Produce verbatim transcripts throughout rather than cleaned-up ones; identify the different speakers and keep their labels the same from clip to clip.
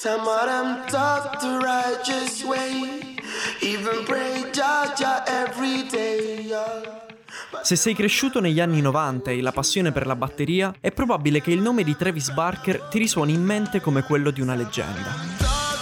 Speaker 1: Some of them talk the righteous way, even pray Jah Jah every day, yeah.
Speaker 2: Se sei cresciuto negli anni novanta e hai la passione per la batteria, è probabile che il nome di Travis Barker ti risuoni in mente come quello di una leggenda.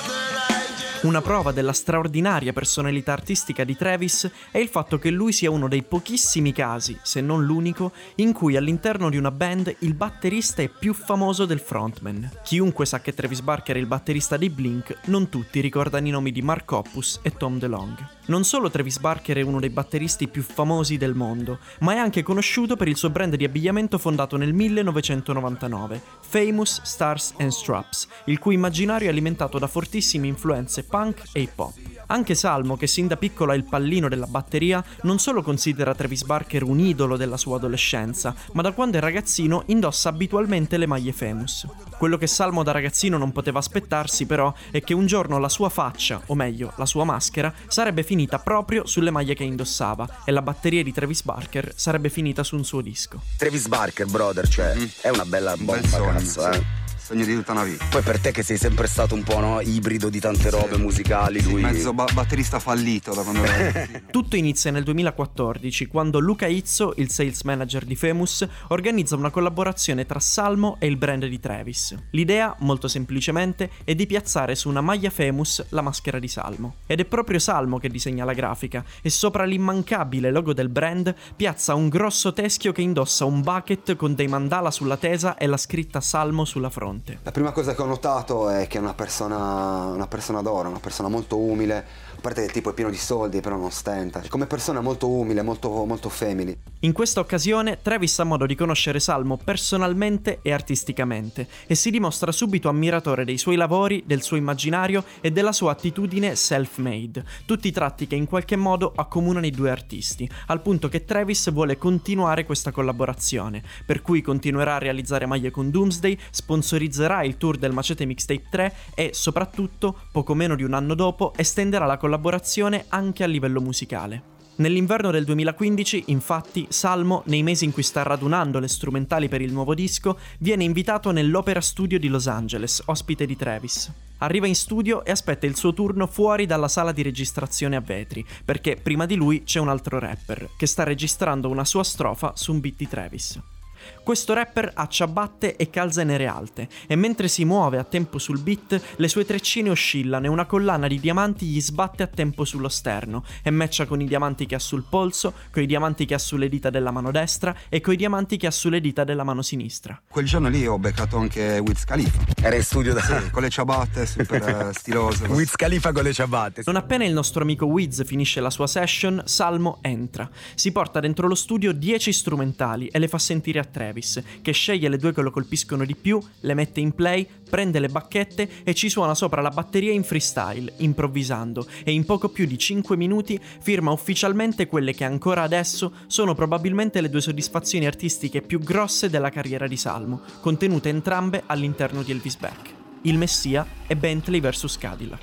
Speaker 2: Una prova della straordinaria personalità artistica di Travis è il fatto che lui sia uno dei pochissimi casi, se non l'unico, in cui all'interno di una band il batterista è più famoso del frontman. Chiunque sa che Travis Barker è il batterista dei Blink, non tutti ricordano i nomi di Mark Hoppus e Tom DeLonge. Non solo Travis Barker è uno dei batteristi più famosi del mondo, ma è anche conosciuto per il suo brand di abbigliamento fondato nel millenovecentonovantanove, Famous Stars and Straps, il cui immaginario è alimentato da fortissime influenze punk e hip hop. Anche Salmo, che sin da piccolo è il pallino della batteria, non solo considera Travis Barker un idolo della sua adolescenza, ma da quando è ragazzino indossa abitualmente le maglie Famous. Quello che Salmo da ragazzino non poteva aspettarsi però è che un giorno la sua faccia, o meglio la sua maschera, sarebbe finita proprio sulle maglie che indossava e la batteria di Travis Barker sarebbe finita su un suo disco.
Speaker 3: Travis Barker, brother, cioè, mm. è una bella bomba,
Speaker 4: bel sogno,
Speaker 3: cazzo,
Speaker 4: sì.
Speaker 3: eh.
Speaker 4: Sogno di tutta una vita.
Speaker 3: Poi per te che sei sempre stato un po', no, ibrido di tante robe sì. musicali,
Speaker 4: sì,
Speaker 3: lui
Speaker 4: mezzo ba- batterista fallito da quando ero
Speaker 2: Tutto inizia nel duemilaquattordici, quando Luca Izzo, il sales manager di Famous, organizza una collaborazione tra Salmo e il brand di Travis. L'idea, molto semplicemente, è di piazzare su una maglia Famous la maschera di Salmo. Ed è proprio Salmo che disegna la grafica e sopra l'immancabile logo del brand piazza un grosso teschio che indossa un bucket con dei mandala sulla tesa e la scritta Salmo sulla fronte.
Speaker 4: La prima cosa che ho notato è che è una persona, una persona d'oro, una persona molto umile, a parte che il tipo è pieno di soldi però non stenta, come persona molto umile, molto, molto family.
Speaker 2: In questa occasione Travis ha modo di conoscere Salmo personalmente e artisticamente e si dimostra subito ammiratore dei suoi lavori, del suo immaginario e della sua attitudine self-made, tutti tratti che in qualche modo accomunano i due artisti, al punto che Travis vuole continuare questa collaborazione, per cui continuerà a realizzare maglie con Doomsday, sponsorizzerà il tour del Macete Mixtape tre e, soprattutto, poco meno di un anno dopo, estenderà la collaborazione anche a livello musicale. Nell'inverno del duemilaquindici, infatti, Salmo, nei mesi in cui sta radunando le strumentali per il nuovo disco, viene invitato nell'Opera Studio di Los Angeles, ospite di Travis. Arriva in studio e aspetta il suo turno fuori dalla sala di registrazione a vetri, perché prima di lui c'è un altro rapper, che sta registrando una sua strofa su un beat di Travis. Questo rapper ha ciabatte e calze nere alte e mentre si muove a tempo sul beat le sue treccine oscillano e una collana di diamanti gli sbatte a tempo sullo sterno e matcha con i diamanti che ha sul polso, coi diamanti che ha sulle dita della mano destra e coi diamanti che ha sulle dita della mano sinistra.
Speaker 4: Quel giorno lì ho beccato anche Wiz Khalifa.
Speaker 3: Era in studio da...
Speaker 4: Sì, con le ciabatte, super stiloso.
Speaker 3: Wiz Khalifa con le ciabatte.
Speaker 2: Non appena il nostro amico Wiz finisce la sua session, Salmo entra. Si porta dentro lo studio dieci strumentali e le fa sentire a Travis, che sceglie le due che lo colpiscono di più, le mette in play, prende le bacchette e ci suona sopra la batteria in freestyle, improvvisando, e in poco più di cinque minuti firma ufficialmente quelle che ancora adesso sono probabilmente le due soddisfazioni artistiche più grosse della carriera di Salmo, contenute entrambe all'interno di Elvis Beck: Il Messia e Bentley versus Cadillac.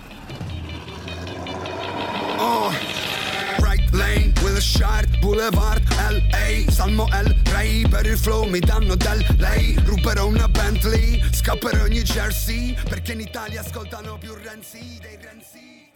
Speaker 5: Oh. Lane, Wilshire, Boulevard, L A Salmo El Rey, per il flow mi danno del lei. Ruberò una Bentley, scapperò New Jersey, perché in Italia ascoltano più Renzi dei Renzi.